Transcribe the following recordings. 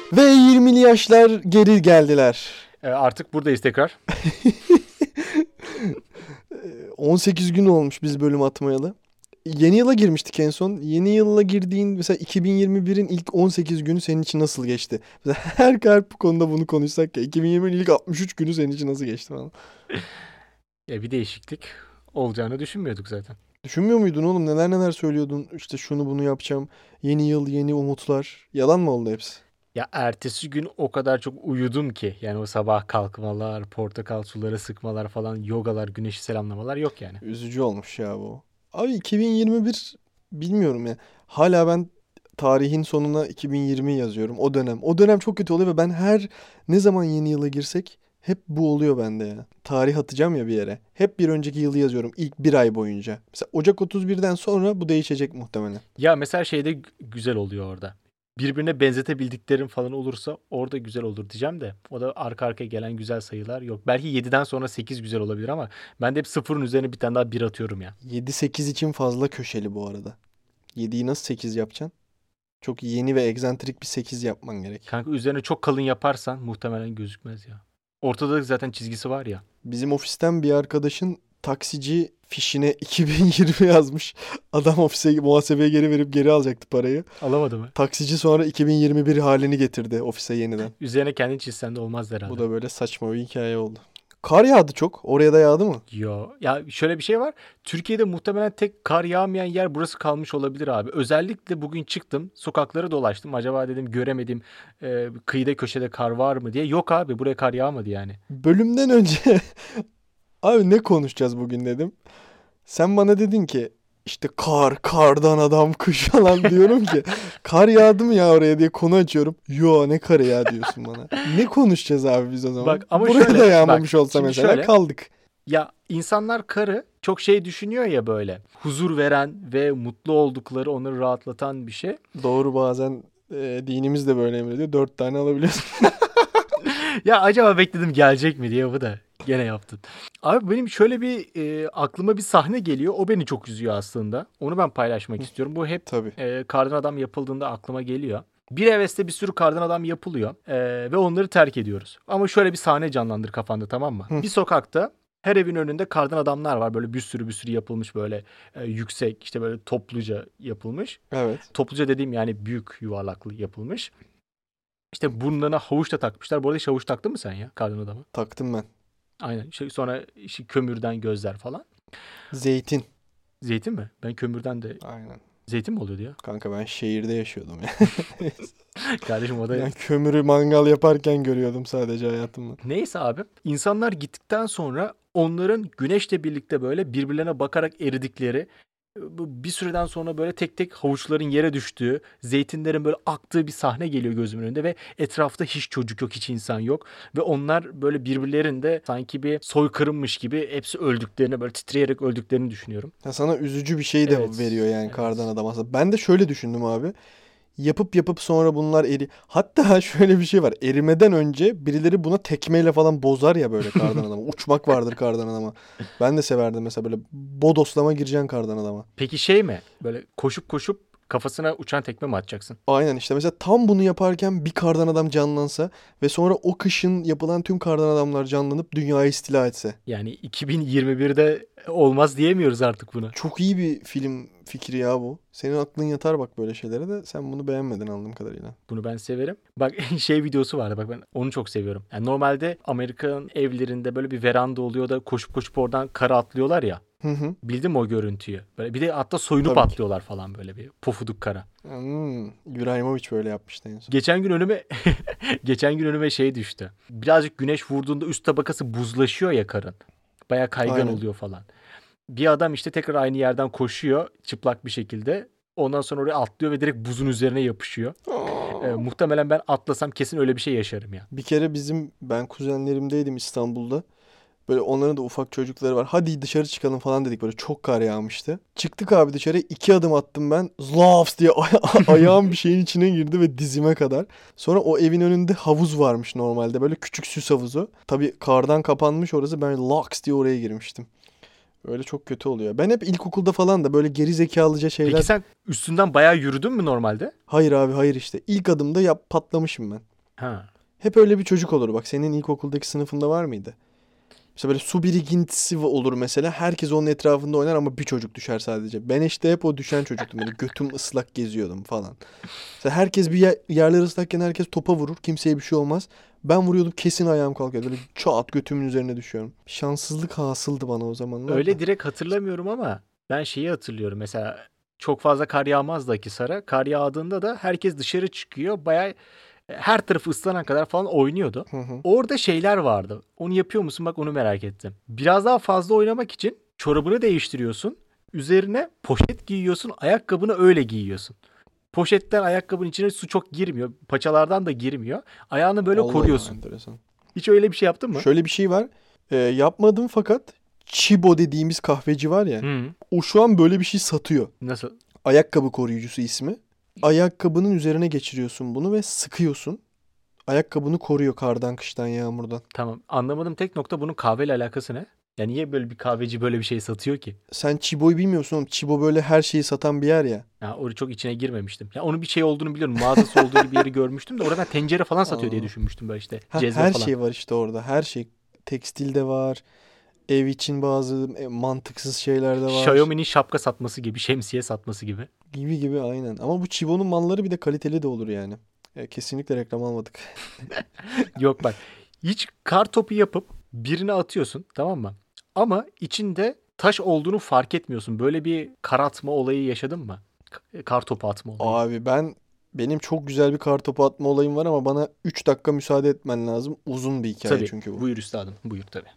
Ve 20'li yaşlar geri geldiler. Artık buradayız tekrar. 18 gün olmuş biz bölüm atmayalı. Yeni yıla girmiştik en son. Yeni yıla girdiğin mesela 2021'in ilk 18 günü senin için nasıl geçti? Mesela her bu konuda bunu konuşsak ya. 2020'nin ilk 63 günü senin için nasıl geçti falan. Bir değişiklik olacağını düşünmüyorduk zaten. Düşünmüyor muydun oğlum? Neler söylüyordun? İşte şunu bunu yapacağım. Yeni yıl, yeni umutlar. Yalan mı oldu hepsi? Ya ertesi gün o kadar çok uyudum ki. Yani o sabah kalkmalar, portakal suları sıkmalar falan, yogalar, güneşi selamlamalar yok yani. Üzücü olmuş ya bu. Abi 2021 bilmiyorum ya. Hala ben tarihin sonuna 2020 yazıyorum. O dönem. O dönem çok kötü oluyor ve ben ne zaman yeni yıla girsek hep bu oluyor bende ya. Tarih atacağım ya bir yere. Hep bir önceki yılı yazıyorum ilk bir ay boyunca. Mesela Ocak 31'den sonra bu değişecek muhtemelen. Ya mesela şeyde güzel oluyor orada. Birbirine benzetebildiklerim falan olursa orada güzel olur diyeceğim de. O da arka arkaya gelen güzel sayılar yok. Belki 7'den sonra 8 güzel olabilir ama ben de hep sıfırın üzerine bir tane daha 1 atıyorum ya. 7-8 için fazla köşeli bu arada. 7'yi nasıl 8 yapacaksın? Çok yeni ve egzantrik bir 8 yapman gerek. Kanka üzerine çok kalın yaparsan muhtemelen gözükmez ya. Ortada zaten çizgisi var ya. Bizim ofisten bir arkadaşın taksici fişine 2020 yazmış. Adam muhasebeye geri verip geri alacaktı parayı. Alamadı mı? Taksici sonra 2021 halini getirdi ofise yeniden. Üzerine kendin çizsen de olmaz herhalde. Bu da böyle saçma bir hikaye oldu. Kar yağdı çok. Oraya da yağdı mı? Yo. Ya şöyle bir şey var. Türkiye'de muhtemelen tek kar yağmayan yer burası kalmış olabilir abi. Özellikle bugün çıktım. Sokakları dolaştım. Acaba dedim göremedim. Kıyıda köşede kar var mı diye. Yok abi buraya kar yağmadı yani. Bölümden önce abi ne konuşacağız bugün dedim. Sen bana dedin ki işte kardan adam kış falan diyorum ki kar yağdı mı ya oraya diye konu açıyorum. Yo ne karı ya diyorsun bana. Ne konuşacağız abi biz o zaman? Bak ama Buraya şöyle, da yağmamış bak, olsa şimdi mesela şöyle. kaldık. Ya insanlar karı çok şey düşünüyor ya böyle. Huzur veren ve mutlu oldukları onları rahatlatan bir şey. Doğru bazen dinimiz de böyle emrediyor. 4 tane alabiliyorsun. Ya acaba bekledim gelecek mi diye bu da gene yaptın. Abi benim şöyle bir aklıma bir sahne geliyor. O beni çok üzüyor aslında. Onu ben paylaşmak istiyorum. Bu hep Tabii. kardan adam yapıldığında aklıma geliyor. Bir heveste bir sürü kardan adam yapılıyor ve onları terk ediyoruz. Ama şöyle bir sahne canlandır kafanda, tamam mı? Hı. Bir sokakta her evin önünde kardan adamlar var. Böyle bir sürü yapılmış, böyle yüksek, işte böyle topluca yapılmış. Evet. Topluca dediğim yani büyük yuvarlaklı yapılmış. İşte burnlarına havuç da takmışlar. Bu arada hiç havuç taktın mı sen ya kardan adama? Taktım ben. Aynen. Sonra işte kömürden gözler falan. Zeytin. Zeytin mi? Ben kömürden de... Aynen. Zeytin mi oluyordu ya? Kanka ben şehirde yaşıyordum ya. Kardeşim o da... Ben kömürü mangal yaparken görüyordum sadece hayatımda. Neyse abi. İnsanlar gittikten sonra onların güneşle birlikte böyle birbirlerine bakarak eridikleri, bir süreden sonra böyle tek tek havuçların yere düştüğü, zeytinlerin böyle aktığı bir sahne geliyor gözümün önünde ve etrafta hiç çocuk yok, hiç insan yok ve onlar böyle birbirlerinde sanki bir soykırımmış gibi hepsi öldüklerini, böyle titreyerek öldüklerini düşünüyorum. Ya sana üzücü bir şey de Evet. veriyor yani Evet. kardan adam aslında. Ben de şöyle düşündüm abi. Yapıp sonra bunlar Hatta şöyle bir şey var. Erimeden önce birileri buna tekmeyle falan bozar ya böyle kardan adama. Uçmak vardır kardan adama. Ben de severdim mesela böyle bodoslama gireceksin kardan adama. Peki şey mi? Böyle koşup koşup kafasına uçan tekme mi atacaksın? Aynen işte mesela tam bunu yaparken bir kardan adam canlansa ve sonra o kışın yapılan tüm kardan adamlar canlanıp dünyayı istila etse. Yani 2021'de olmaz diyemiyoruz artık bunu. Çok iyi bir film fikri ya bu. Senin aklın yatar bak böyle şeylere de sen bunu beğenmedin anladığım kadarıyla. Bunu ben severim. Bak şey videosu vardı, bak ben onu çok seviyorum. Yani normalde Amerikan evlerinde böyle bir veranda oluyor da koşup koşup oradan kara atlıyorlar ya. Hı hı. Bildin mi o görüntüyü? Böyle bir de hatta soyunup Tabii ki. atlıyorlar falan, böyle bir pofuduk kara. İbrahimovic böyle yapmıştı en son. Geçen gün önüme şey düştü. Birazcık güneş vurduğunda üst tabakası buzlaşıyor ya karın. Baya kaygan Aynen. oluyor falan. Bir adam işte tekrar aynı yerden koşuyor çıplak bir şekilde. Ondan sonra oraya atlıyor ve direkt buzun üzerine yapışıyor. Muhtemelen ben atlasam kesin öyle bir şey yaşarım ya. Bir kere ben kuzenlerimdeydim İstanbul'da. Böyle onların da ufak çocukları var. Hadi dışarı çıkalım falan dedik. Böyle çok kar yağmıştı. Çıktık abi dışarı. 2 adım attım ben. Zlafs diye ayağım bir şeyin içine girdi ve dizime kadar. Sonra o evin önünde havuz varmış normalde. Böyle küçük süs havuzu. Tabii kardan kapanmış orası. Ben laks diye oraya girmiştim. Öyle çok kötü oluyor. Ben hep ilkokulda falan da böyle geri zekalıca şeyler... Peki sen üstünden bayağı yürüdün mü normalde? Hayır abi hayır işte. İlk adımda patlamışım ben. Ha. Hep öyle bir çocuk olur. Bak senin ilkokuldaki sınıfında var mıydı? Mesela böyle su birikintisi olur mesela. Herkes onun etrafında oynar ama bir çocuk düşer sadece. Ben işte hep o düşen çocuktum. Böyle götüm ıslak geziyordum falan. Mesela herkes bir yerler ıslakken herkes topa vurur. Kimseye bir şey olmaz. Ben vuruyordum kesin ayağım kalkıyor. Böyle çat götümün üzerine düşüyorum. Şanssızlık hasıldı bana o zamanlar Öyle da. direkt hatırlamıyorum ama ben şeyi hatırlıyorum. Mesela çok fazla kar yağmazdı Akhisar'a. Kar yağdığında da herkes dışarı çıkıyor. Bayağı her tarafı ıslanana kadar falan oynuyordu. Hı hı. Orada şeyler vardı. Onu yapıyor musun? Bak onu merak ettim. Biraz daha fazla oynamak için çorabını değiştiriyorsun. Üzerine poşet giyiyorsun. Ayakkabını öyle giyiyorsun. Poşetten ayakkabının içine su çok girmiyor. Paçalardan da girmiyor. Ayağını böyle Allah Allah koruyorsun. enteresan. Hiç öyle bir şey yaptın mı? Şöyle bir şey var. Yapmadım fakat Chibo dediğimiz kahveci var ya. Hı. O şu an böyle bir şey satıyor. Nasıl? Ayakkabı koruyucusu ismi. Ayakkabının üzerine geçiriyorsun bunu ve sıkıyorsun. Ayakkabını koruyor kardan, kıştan, yağmurdan. Tamam. Anlamadığım tek nokta bunun kahveyle alakası ne? Ya niye böyle bir kahveci böyle bir şey satıyor ki? Sen Chibo'yu bilmiyorsun oğlum. Chibo böyle her şeyi satan bir yer ya. Ya orada çok içine girmemiştim. Ya onun bir şey olduğunu biliyorum. Mağazası olduğu gibi bir yeri görmüştüm de orada ben tencere falan satıyor diye Aa. düşünmüştüm böyle işte. Ha, Cezve her falan. şey var işte orada. Her şey. Tekstil de var. Ev için bazı mantıksız şeyler de var. Xiaomi'nin şapka satması gibi, şemsiye satması gibi. Gibi gibi aynen. Ama bu Chibo'nun malları bir de kaliteli de olur yani. Kesinlikle reklam almadık. Yok bak. Hiç kar topu yapıp birine atıyorsun, tamam mı? Ama içinde taş olduğunu fark etmiyorsun. Böyle bir kar atma olayı yaşadın mı? Kar topu atma olayı. Abi benim çok güzel bir kartopu atma olayım var ama bana 3 dakika müsaade etmen lazım. Uzun bir hikaye Tabii. çünkü bu. Buyur üstadım. Buyur tabii.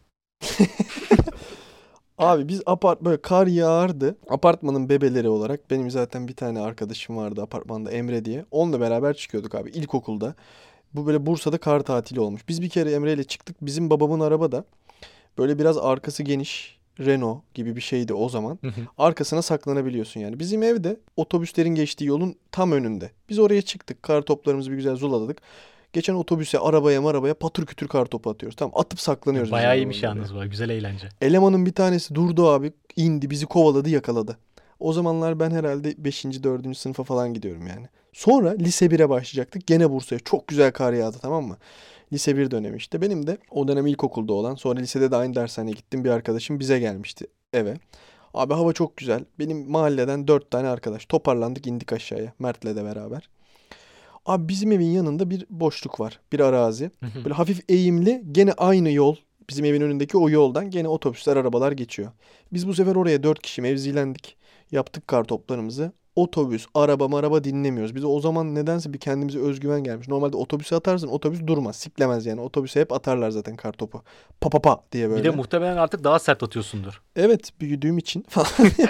Abi biz böyle kar yağardı. Apartmanın bebeleri olarak benim zaten bir tane arkadaşım vardı apartmanda Emre diye. Onunla beraber çıkıyorduk abi ilkokulda. Bu böyle Bursa'da kar tatili olmuş. Biz bir kere Emre ile çıktık. Bizim babamın arabada böyle biraz arkası geniş Renault gibi bir şeydi o zaman. Hı hı. Arkasına saklanabiliyorsun yani. Bizim evde otobüslerin geçtiği yolun tam önünde. Biz oraya çıktık. Kar toplarımızı bir güzel zulaladık. Geçen otobüse, arabaya patır kütür kar topu atıyoruz. Tamam atıp saklanıyoruz bizim Bayağı iyiymiş arabanın oraya. yalnız bu. Güzel eğlence. Elemanın bir tanesi durdu abi. İndi bizi kovaladı yakaladı. O zamanlar ben herhalde beşinci dördüncü sınıfa falan gidiyorum yani. Sonra lise 1'e başlayacaktık. Gene Bursa'ya. Çok güzel kar yağdı tamam mı? Lise 1 dönemi işte. Benim de o dönem ilkokulda olan sonra lisede de aynı dershaneye gittim. Bir arkadaşım bize gelmişti eve. Abi hava çok güzel. Benim mahalleden 4 tane arkadaş. Toparlandık indik aşağıya. Mert'le de beraber. Abi bizim evin yanında bir boşluk var. Bir arazi. Hı hı. Böyle hafif eğimli gene aynı yol. Bizim evin önündeki o yoldan gene otobüsler, arabalar geçiyor. Biz bu sefer oraya 4 kişi mevzilendik. Yaptık kar toplarımızı. Otobüs, araba dinlemiyoruz. Bize o zaman nedense bir kendimize özgüven gelmiş. Normalde otobüse atarsın otobüs durmaz, siklemez yani. Otobüse hep atarlar zaten kar topu. Pa pa pa diye Bir de böyle. muhtemelen artık daha sert atıyorsundur. Evet büyüdüğüm için falan.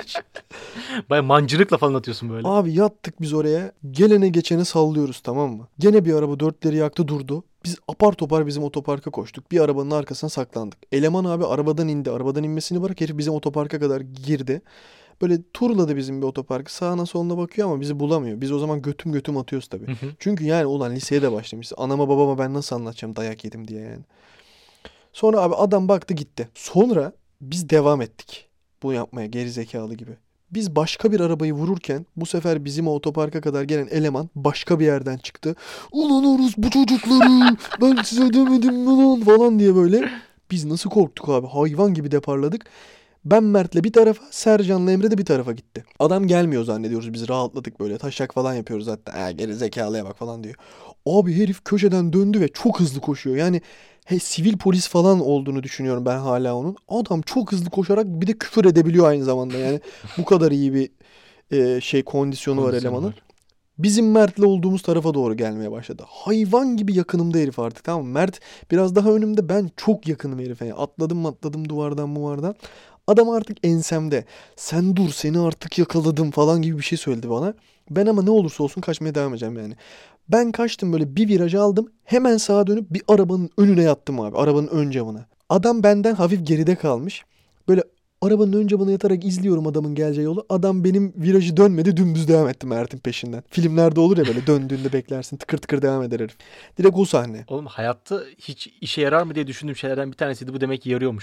Baya mancınıkla falan atıyorsun böyle. Abi yattık biz oraya. Gelene geçene sallıyoruz tamam mı? Gene bir araba dörtleri yaktı durdu. Biz apar topar bizim otoparka koştuk. Bir arabanın arkasına saklandık. Eleman abi arabadan indi. Arabadan inmesini bırak herif bizim otoparka kadar girdi. Böyle turladı bizim bir otoparkı. Sağına soluna bakıyor ama bizi bulamıyor. Biz o zaman götüm götüm atıyoruz tabii. Hı hı. Çünkü yani ulan liseye de başlamışız. Anama babama ben nasıl anlatacağım dayak yedim diye yani. Sonra abi adam baktı gitti. Sonra biz devam ettik. Bunu yapmaya geri zekalı gibi. Biz başka bir arabayı vururken bu sefer bizim o otoparka kadar gelen eleman başka bir yerden çıktı. Ulan Oruz bu çocukları ben size demedim mi lan falan diye böyle. Biz nasıl korktuk abi hayvan gibi deparladık. Ben Mert'le bir tarafa, Sercan'la Emre de bir tarafa gitti. Adam gelmiyor zannediyoruz biz rahatladık böyle. Taşak falan yapıyoruz hatta. Geri zekalıya bak falan diyor. Abi herif köşeden döndü ve çok hızlı koşuyor. Yani sivil polis falan olduğunu düşünüyorum ben hala onun. Adam çok hızlı koşarak bir de küfür edebiliyor aynı zamanda. Yani bu kadar iyi bir kondisyonu var Kondisyonu elemanın. var. Bizim Mert'le olduğumuz tarafa doğru gelmeye başladı. Hayvan gibi yakınımda herif artık tamam mı? Mert biraz daha önümde ben çok yakınım herife. Yani atladım duvardan. Adam artık ensemde. Sen dur seni artık yakaladım falan gibi bir şey söyledi bana. Ben ama ne olursa olsun kaçmaya devam edeceğim yani. Ben kaçtım böyle bir viraj aldım. Hemen sağa dönüp bir arabanın önüne yattım abi. Arabanın ön camına. Adam benden hafif geride kalmış. Böyle arabanın ön camına yatarak izliyorum adamın geleceği yolu. Adam benim virajı dönmedi dümdüz devam etti Mert'in peşinden. Filmlerde olur ya böyle döndüğünde beklersin tıkır tıkır devam eder herif. Direkt o sahne. Oğlum hayatta hiç işe yarar mı diye düşündüğüm şeylerden bir tanesiydi. Bu demek ki yarıyormuş bak.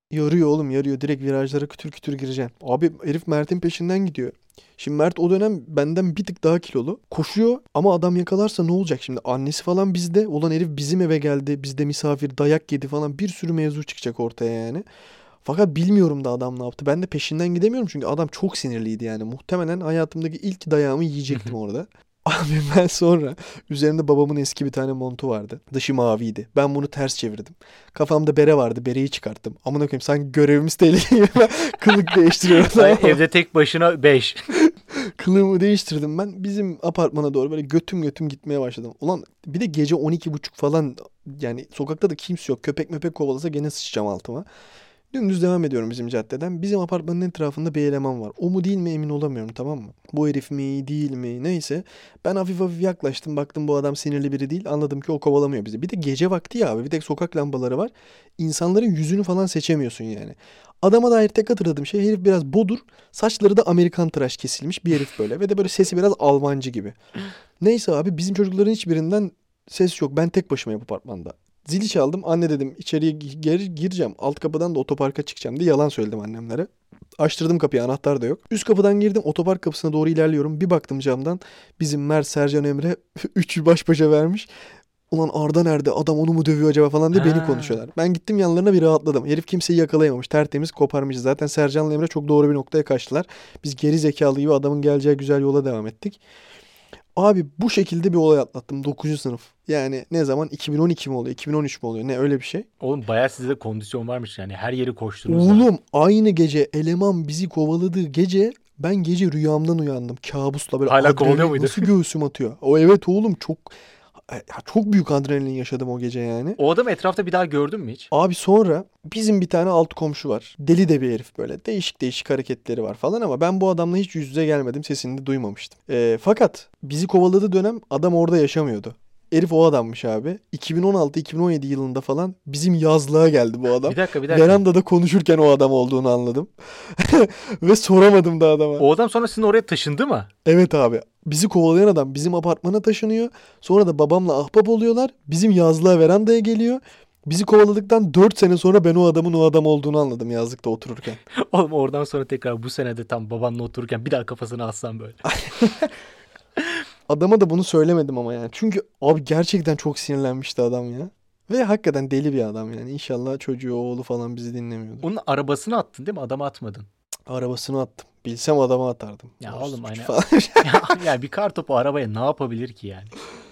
Yarıyor oğlum, yarıyor. Direkt virajlara kütür kütür gireceksin. Abi herif Mert'in peşinden gidiyor. Şimdi Mert o dönem benden bir tık daha kilolu. Koşuyor ama adam yakalarsa ne olacak şimdi? Annesi falan bizde. Ulan herif bizim eve geldi. Bizde misafir, dayak yedi falan. Bir sürü mevzu çıkacak ortaya yani. Fakat bilmiyorum da adam ne yaptı. Ben de peşinden gidemiyorum çünkü adam çok sinirliydi yani. Muhtemelen hayatımdaki ilk dayağımı yiyecektim orada. Abi ben sonra üzerimde babamın eski bir tane montu vardı. Dışı maviydi. Ben bunu ters çevirdim. Kafamda bere vardı. Bereyi çıkarttım. Amına koyayım sanki görevimiz tehlikeli gibi ben kılık değiştiriyorum. Ay, Tamam mı? evde tek başına 5. Kılığımı değiştirdim ben. Bizim apartmana doğru böyle götüm götüm gitmeye başladım. Ulan bir de gece 12.30 falan, yani sokakta da kimse yok. Köpek mepek kovalasa gene sıçacağım altıma. Dümdüz devam ediyorum bizim caddeden. Bizim apartmanın etrafında bir eleman var. O mu değil mi emin olamıyorum, tamam mı? Bu herif mi değil mi neyse. Ben hafif hafif yaklaştım. Baktım bu adam sinirli biri değil. Anladım ki o kovalamıyor bizi. Bir de gece vakti ya abi. Bir tek sokak lambaları var. İnsanların yüzünü falan seçemiyorsun yani. Adama dair tek hatırladığım şey, herif biraz bodur. Saçları da Amerikan tıraş kesilmiş bir herif böyle. Ve de böyle sesi biraz Almancı gibi. Neyse abi bizim çocukların hiçbirinden ses yok. Ben tek başımayım apartmanda. Zili çaldım. Anne dedim içeriye gireceğim. Alt kapıdan da otoparka çıkacağım diye yalan söyledim annemlere. Açtırdım kapıyı, anahtar da yok. Üst kapıdan girdim, otopark kapısına doğru ilerliyorum. Bir baktım camdan bizim Mert, Sercan, Emre üçü baş başa vermiş. Ulan Arda nerede? Adam onu mu dövüyor acaba falan diye beni Ha. konuşuyorlar. Ben gittim yanlarına, bir rahatladım. Herif kimseyi yakalayamamış. Tertemiz koparmış. Zaten Sercan'la Emre çok doğru bir noktaya kaçtılar. Biz geri zekalı gibi adamın geleceği güzel yola devam ettik. Abi bu şekilde bir olay atlattım 9. sınıf. Yani ne zaman, 2012 mi oluyor 2013 mi oluyor ne, öyle bir şey. Oğlum bayağı sizde kondisyon varmış yani. Her yeri koştunuz ha. Oğlum aynı gece eleman bizi kovaladığı gece ben gece rüyamdan uyandım. Kabusla böyle Hala kovalıyor adrenalin muydu? nasıl göğsüm atıyor. O evet oğlum, çok büyük adrenalin yaşadım o gece yani. O adamı etrafta bir daha gördün mü hiç? Abi sonra bizim bir tane alt komşu var. Deli de bir herif böyle. Değişik değişik hareketleri var falan ama ben bu adamla hiç yüz yüze gelmedim. Sesini de duymamıştım. Fakat bizi kovaladığı dönem adam orada yaşamıyordu. Herif o adammış abi. 2016-2017 yılında falan bizim yazlığa geldi bu adam. Bir dakika bir dakika. Verandada konuşurken o adam olduğunu anladım. Ve soramadım da adama. O adam sonra sizin oraya taşındı mı? Evet abi. Bizi kovalayan adam bizim apartmana taşınıyor. Sonra da babamla ahbap oluyorlar. Bizim yazlığa, verandaya geliyor. Bizi kovaladıktan 4 sene sonra ben o adamın o adam olduğunu anladım yazlıkta otururken. Oğlum oradan sonra tekrar bu senede tam babanla otururken bir daha kafasını atsan böyle. Adama da bunu söylemedim ama yani. Çünkü abi gerçekten çok sinirlenmişti adam ya. Ve hakikaten deli bir adam yani. İnşallah çocuğu, oğlu falan bizi dinlemiyordur. Onun arabasını attın değil mi? Adama atmadın. Arabasını attım. Bilsem adama atardım. Ya Orası oğlum suç hani falan. ya bir kar topu arabaya ne yapabilir ki yani?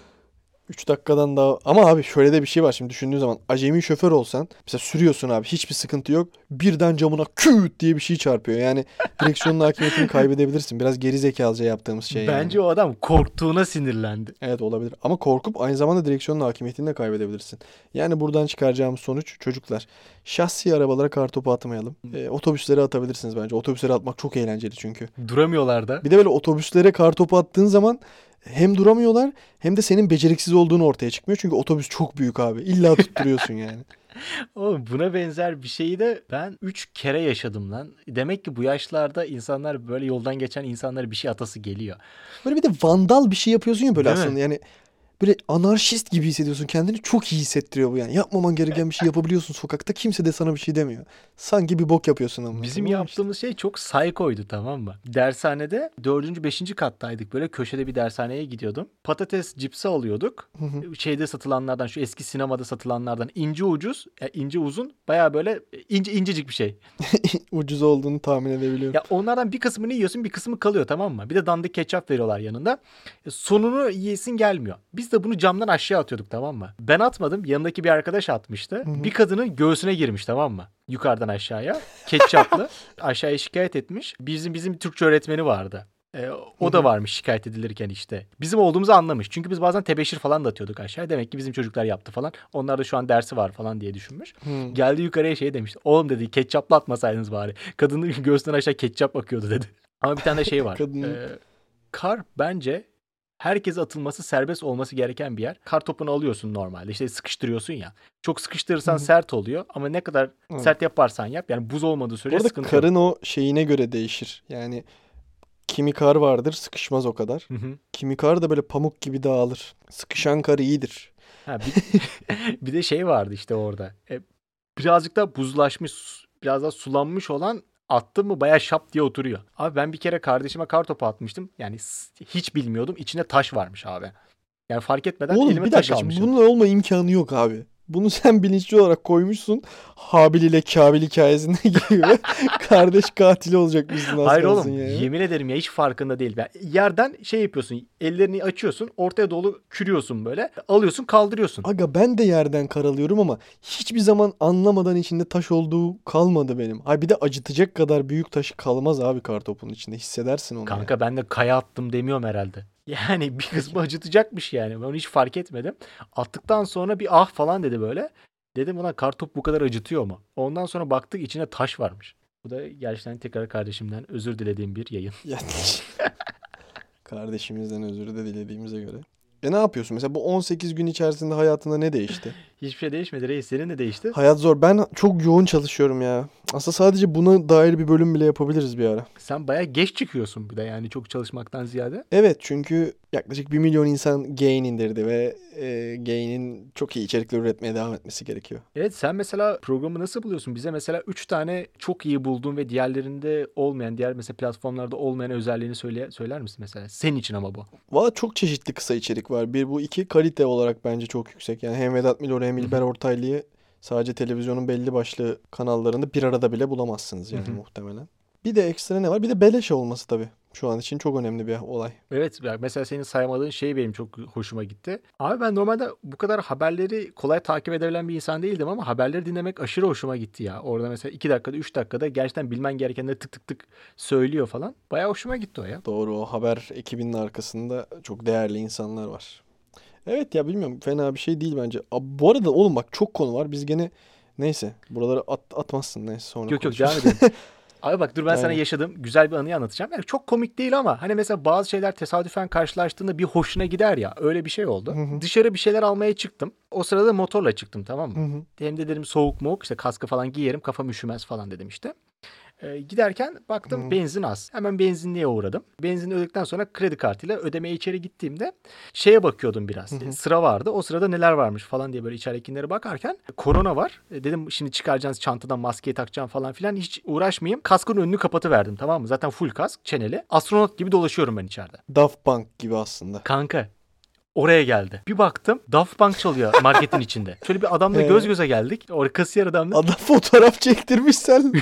3 dakikadan daha... Ama abi şöyle de bir şey var şimdi düşündüğün zaman. Acemi şoför olsan mesela sürüyorsun abi, hiçbir sıkıntı yok. Birden camına küt diye bir şey çarpıyor. Yani direksiyonun hakimiyetini kaybedebilirsin. Biraz geri zekalıca yaptığımız şey yani. Bence o adam korktuğuna sinirlendi. Evet olabilir. Ama korkup aynı zamanda direksiyonun hakimiyetini de kaybedebilirsin. Yani buradan çıkaracağımız sonuç çocuklar. Şahsi arabalara kartopu atmayalım. Otobüslere atabilirsiniz bence. Otobüslere atmak çok eğlenceli çünkü. Duramıyorlar da. Bir de böyle otobüslere kartopu attığın zaman hem duramıyorlar hem de senin beceriksiz olduğun ortaya çıkmıyor. Çünkü otobüs çok büyük abi. İlla tutturuyorsun yani. Oğlum buna benzer bir şeyi de ben 3 kere yaşadım lan. Demek ki bu yaşlarda insanlar böyle yoldan geçen insanlara bir şey atası geliyor. Böyle bir de vandal bir şey yapıyorsun ya böyle Değil mi? aslında. Yani böyle anarşist gibi hissediyorsun kendini. Çok iyi hissettiriyor bu yani. Yapmaman gereken bir şey yapabiliyorsun sokakta. Kimse de sana bir şey demiyor. Sanki bir bok yapıyorsun ama. Bizim Ama işte. yaptığımız şey çok saykoydu, tamam mı? Dershanede 4. 5. kattaydık. Böyle köşede bir dershaneye gidiyordum. Patates cipsi alıyorduk. Hı hı. Şeyde satılanlardan, şu eski sinemada satılanlardan ince ucuz, ince uzun, bayağı böyle incecik bir şey. Ucuz olduğunu tahmin edebiliyorum. Ya onlardan bir kısmını yiyorsun, bir kısmı kalıyor, tamam mı? Bir de dandik ketçap veriyorlar yanında. Sonunu yiyesin gelmiyor. Biz de bunu camdan aşağı atıyorduk, tamam mı? Ben atmadım. Yanındaki bir arkadaş atmıştı. Hı hı. Bir kadının göğsüne girmiş, tamam mı? Yukarıdan aşağıya. Ketçaplı. Aşağıya şikayet etmiş. Bizim Türkçe öğretmeni vardı. O da varmış şikayet edilirken işte. Bizim olduğumuzu anlamış. Çünkü biz bazen tebeşir falan da atıyorduk aşağıya. Demek ki bizim çocuklar yaptı falan. Onlar da şu an dersi var falan diye düşünmüş. Hı. Geldi yukarıya şey demişti. Oğlum dedi, ketçapla atmasaydınız bari. Kadının göğsünden aşağı ketçap akıyordu dedi. Ama bir tane de şey var. Kadının Kar bence herkese atılması, serbest olması gereken bir yer. Kar topunu alıyorsun normalde. İşte sıkıştırıyorsun ya. Çok sıkıştırırsan sert oluyor. Ama ne kadar Evet. sert yaparsan yap. Yani buz olmadığı Bu sürece arada sıkıntı yok. karın o şeyine göre değişir. Yani kimi kar vardır sıkışmaz o kadar. Hı hı. Kimi kar da böyle pamuk gibi dağılır. Sıkışan kar iyidir. Ha, bir de şey vardı işte orada. Birazcık da buzlaşmış biraz daha sulanmış olan attım mı bayağı şap diye oturuyor. Abi ben bir kere kardeşime kartopu atmıştım. Yani hiç bilmiyordum. İçinde taş varmış abi. Yani fark etmeden Oğlum elime bir taş dakika, şimdi almışım. bunun olma imkanı yok abi. Bunu sen bilinçli olarak koymuşsun. Habil ile Kabil hikayesinde gibi kardeş katili olacakmışsın az Hayır kalsın oğlum, ya. yemin ederim ya hiç farkında değil. Yani yerden şey yapıyorsun, ellerini açıyorsun, ortaya doğru kürüyorsun böyle. Alıyorsun, kaldırıyorsun. Aga ben de yerden karalıyorum ama hiçbir zaman anlamadan içinde taş olduğu kalmadı benim. Hay bir de acıtacak kadar büyük taşı kalmaz abi kartopun içinde. Hissedersin onu ya. Kanka ben de kaya attım demiyorum herhalde. Yani bir kısmı acıtacakmış yani. Ben onu hiç fark etmedim. Attıktan sonra bir ah falan dedi böyle. Dedim ulan kartop bu kadar acıtıyor mu? Ondan sonra baktık içine taş varmış. Bu da gerçekten tekrar kardeşimden özür dilediğim bir yayın. Yani kardeşimizden özür de dilediğimize göre. Ne yapıyorsun? Mesela bu 18 gün içerisinde hayatında ne değişti? Hiçbir şey değişmedi reis. Senin ne değişti? Hayat zor. Ben çok yoğun çalışıyorum ya. Aslında sadece buna dair bir bölüm bile yapabiliriz bir ara. Sen bayağı geç çıkıyorsun bir de yani çok çalışmaktan ziyade. Evet, çünkü yaklaşık 1 milyon insan Gain indirdi ve Gain'in çok iyi içerikler üretmeye devam etmesi gerekiyor. Evet, sen mesela programı nasıl buluyorsun? Bize mesela 3 tane çok iyi bulduğun ve diğerlerinde olmayan, diğer mesela platformlarda olmayan özelliğini söyler misin mesela? Senin için ama bu. Valla çok çeşitli kısa içerik var. Bir bu, iki kalite olarak bence çok yüksek. Yani hem Vedat Milor hem Hı İlber hı. Ortaylı'yı sadece televizyonun belli başlı kanallarında bir arada bile bulamazsınız Hı yani hı. muhtemelen. Bir de ekstra ne var? Bir de beleş olması tabii. Şu an için çok önemli bir olay. Evet, mesela senin saymadığın şey benim çok hoşuma gitti. Abi ben normalde bu kadar haberleri kolay takip edebilen bir insan değildim ama haberleri dinlemek aşırı hoşuma gitti ya. Orada mesela 2 dakikada 3 dakikada gerçekten bilmen gerekenleri tık tık tık söylüyor falan. Bayağı hoşuma gitti o ya. Doğru, o haber ekibinin arkasında çok değerli insanlar var. Evet ya, bilmiyorum, fena bir şey değil bence. Bu arada oğlum bak, çok konu var. Biz gene neyse buraları atmazsın, neyse sonra Yok yok, devam konuşuruz. edelim. Abi bak dur, ben sana Aynen. yaşadığım güzel bir anıyı anlatacağım. Yani çok komik değil ama hani mesela bazı şeyler tesadüfen karşılaştığında bir hoşuna gider ya. Öyle bir şey Hı oldu. hı. Dışarı bir şeyler almaya çıktım. O sırada motorla çıktım, tamam Hı mı? hı. Hem de dedim soğuk moğuk işte kaskı falan giyerim, kafam üşümez falan dedim işte. Giderken Hı baktım hı. benzin az. Hemen benzinliğe uğradım. Benzini ödedikten sonra kredi kartıyla ödemeye içeri gittiğimde şeye bakıyordum biraz. Hı hı. Sıra vardı. O sırada neler varmış falan diye böyle içeridekilere bakarken korona var. Dedim şimdi çıkaracaksınız çantadan maskeyi takacağım falan filan. Hiç uğraşmayayım. Kaskın önünü kapatıverdim, tamam mı? Zaten full kask, çeneli. Astronot gibi dolaşıyorum ben içeride. Daft Punk gibi aslında. Kanka oraya geldi. Bir baktım Daft Punk çalıyor marketin içinde. Şöyle bir adamla göz He. göze geldik. Orada kasiyer adamla. Adam fotoğraf çektirmiş sen.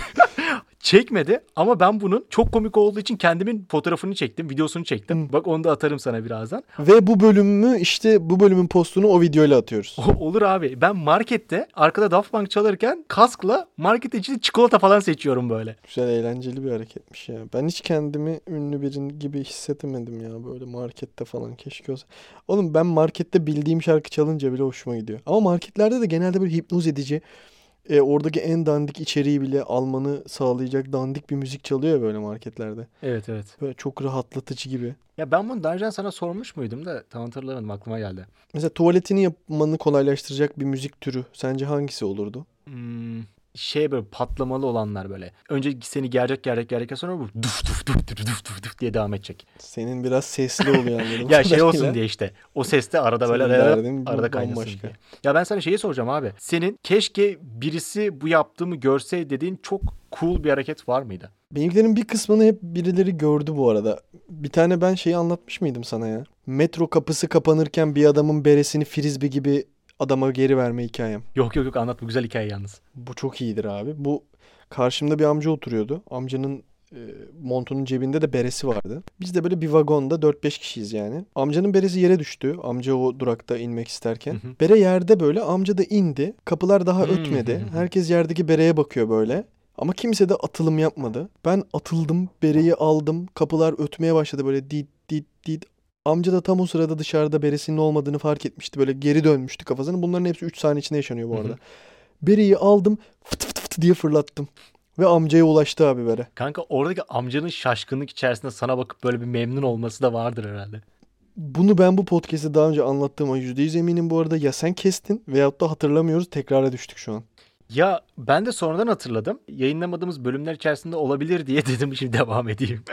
Çekmedi ama ben bunun çok komik olduğu için kendimin fotoğrafını çektim, videosunu çektim. Hı. Bak onu da atarım sana birazdan. Ve bu bölümü, işte bu bölümün postunu o videoyla atıyoruz. Olur abi. Ben markette arkada Daft Punk çalırken kaskla market içinde çikolata falan seçiyorum böyle. Güzel, eğlenceli bir hareketmiş ya. Ben hiç kendimi ünlü birin gibi hissedemedim ya, böyle markette falan, keşke olsa. Oğlum ben markette bildiğim şarkı çalınca bile hoşuma gidiyor. Ama marketlerde de genelde böyle hipnoz edici, oradaki en dandik içeriği bile almanı sağlayacak dandik bir müzik çalıyor ya böyle marketlerde. Evet evet. Böyle çok rahatlatıcı gibi. Ya ben bunu daha önce sana sormuş muydum da tam hatırlamadım, aklıma geldi. Mesela tuvaletini yapmanı kolaylaştıracak bir müzik türü sence hangisi olurdu? Hmm, şey böyle patlamalı olanlar böyle. Önce seni gerecek sonra bu duf duf duf duf duf duf duf diye devam edecek. Senin biraz sesli oluyor anladığım Ya şey olsun kadarıyla. diye işte. O ses de arada böyle Senin derdin arada kaynasın bambaşka. diye. Ya ben sana şeyi soracağım abi. Senin keşke birisi bu yaptığımı görse dediğin çok cool bir hareket var mıydı? Benimkilerin bir kısmını hep birileri gördü bu arada. Bir tane ben şeyi anlatmış mıydım sana ya? Metro kapısı kapanırken bir adamın beresini frisbee gibi adama geri verme hikayem. Yok yok yok, anlatma, güzel hikaye yalnız. Bu çok iyidir abi. Bu, karşımda bir amca oturuyordu. Amcanın montunun cebinde de beresi vardı. Biz de böyle bir vagonda 4-5 kişiyiz yani. Amcanın beresi yere düştü. Amca o durakta inmek Hı isterken. hı. Bere yerde böyle. Amca da indi. Kapılar daha Hı hı ötmedi. hı hı. Herkes yerdeki bereye bakıyor böyle. Ama kimse de atılım yapmadı. Ben atıldım, bereyi aldım. Kapılar ötmeye başladı böyle, dit dit dit. Amca da tam o sırada dışarıda beresinin olmadığını fark etmişti. Böyle geri dönmüştü kafasını. Bunların hepsi 3 saniye içinde yaşanıyor bu Hı arada. hı. Bereyi aldım, fıt fıt fıt diye fırlattım. Ve amcaya ulaştı abi bere. Kanka oradaki amcanın şaşkınlık içerisinde sana bakıp böyle bir memnun olması da vardır herhalde. Bunu ben bu podcast'te daha önce anlattığıma %100 eminim bu arada. Ya sen kestin veyahut da hatırlamıyoruz. Tekrara düştük şu an. Ya ben de sonradan hatırladım. Yayınlamadığımız bölümler içerisinde olabilir diye dedim şimdi devam edeyim.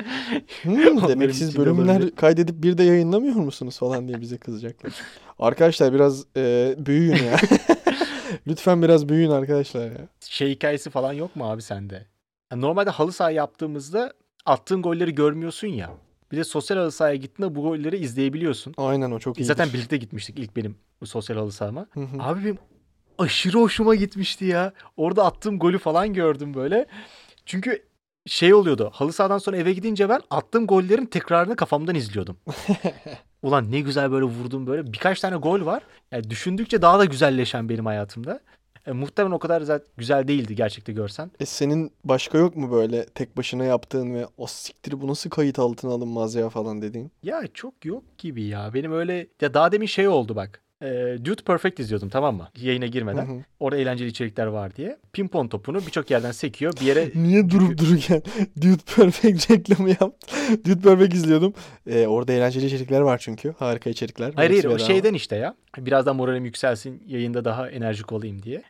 Demek Onların siz içinde bölümler olabilir. kaydedip bir de yayınlamıyor musunuz falan diye bize kızacaklar. Arkadaşlar biraz büyüyün ya. Lütfen biraz büyüyün arkadaşlar ya. Şey hikayesi falan yok mu abi sende? Yani normalde halı saha yaptığımızda attığın golleri görmüyorsun ya. Bir de sosyal halı sahaya gittiğinde bu golleri izleyebiliyorsun. Aynen, o çok iyidir. Zaten birlikte gitmiştik ilk benim bu sosyal halı sahama. Hı hı. Abi benim aşırı hoşuma gitmişti ya. Orada attığım golü falan gördüm böyle. Çünkü şey oluyordu. Halı sahadan sonra eve gidince ben attığım gollerin tekrarını kafamdan izliyordum. Ulan ne güzel böyle vurdum böyle. Birkaç tane gol var. Yani düşündükçe daha da güzelleşen benim hayatımda. Muhtemelen o kadar zaten güzel değildi gerçekte görsen. Senin başka yok mu böyle tek başına yaptığın ve o siktir bu nasıl kayıt altına alınmaz ya falan dediğin? Ya çok yok gibi ya. Benim öyle ya daha demin şey oldu bak. Dude Perfect izliyordum, tamam mı? Yayına Hı girmeden. hı. Orada eğlenceli içerikler var diye. Pimpon topunu birçok yerden sekiyor. Bir yere Niye durup dururken Dude Perfect reklamı yaptı? Dude Perfect izliyordum. Orada eğlenceli içerikler var çünkü. Harika içerikler. hayır Hepsi o bedava. şeyden işte ya. Birazdan moralim yükselsin, yayında daha enerjik olayım diye.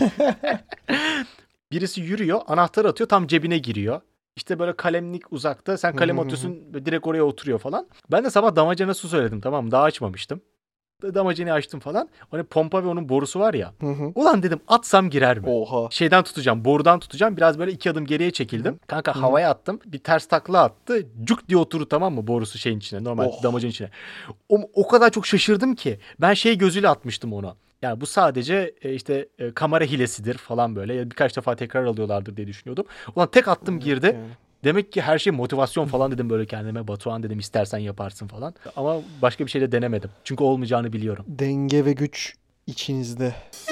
Birisi yürüyor, anahtar atıyor, tam cebine giriyor. İşte böyle kalemlik uzakta. Sen kalem atıyorsun, direkt oraya oturuyor falan. Ben de sabah damacana su söyledim, tamam mı? Daha açmamıştım. Damacanayı açtım falan. Hani pompa ve onun borusu var ya. Hı hı. Ulan dedim atsam girer mi? Oha. Şeyden tutacağım, borudan tutacağım. Biraz böyle 2 adım geriye çekildim. Kanka havaya attım. Bir ters takla attı. Cuk diye oturdu, tamam mı? Borusu şeyin içine. Normal Oh. damacanın içine. O kadar çok şaşırdım ki. Ben şey gözüyle atmıştım onu. Yani bu sadece işte kamera hilesidir falan böyle. Ya birkaç defa tekrar alıyorlardır diye düşünüyordum. Ulan tek attım girdi. Yani. Demek ki her şey motivasyon falan dedim böyle kendime. Batuhan dedim, istersen yaparsın falan. Ama başka bir şey de denemedim. Çünkü olmayacağını biliyorum. Denge ve güç içinizde.